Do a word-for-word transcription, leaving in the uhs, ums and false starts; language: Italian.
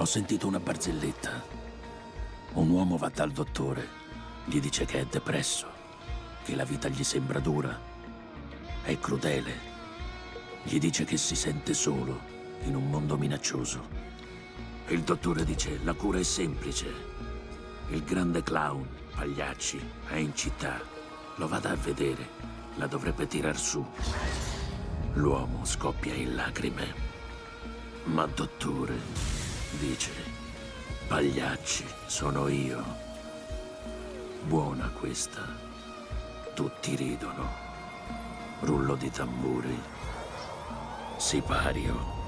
Ho sentito una barzelletta. Un uomo va dal dottore, gli dice che è depresso, che la vita gli sembra dura, è crudele. Gli dice che si sente solo in un mondo minaccioso. Il dottore dice: la cura è semplice. Il grande clown, Pagliacci, è in città. Lo vada a vedere, la dovrebbe tirar su. L'uomo scoppia in lacrime. Ma dottore, dice, Pagliacci sono io. Buona questa. Tutti ridono. Rullo di tamburi. Sipario.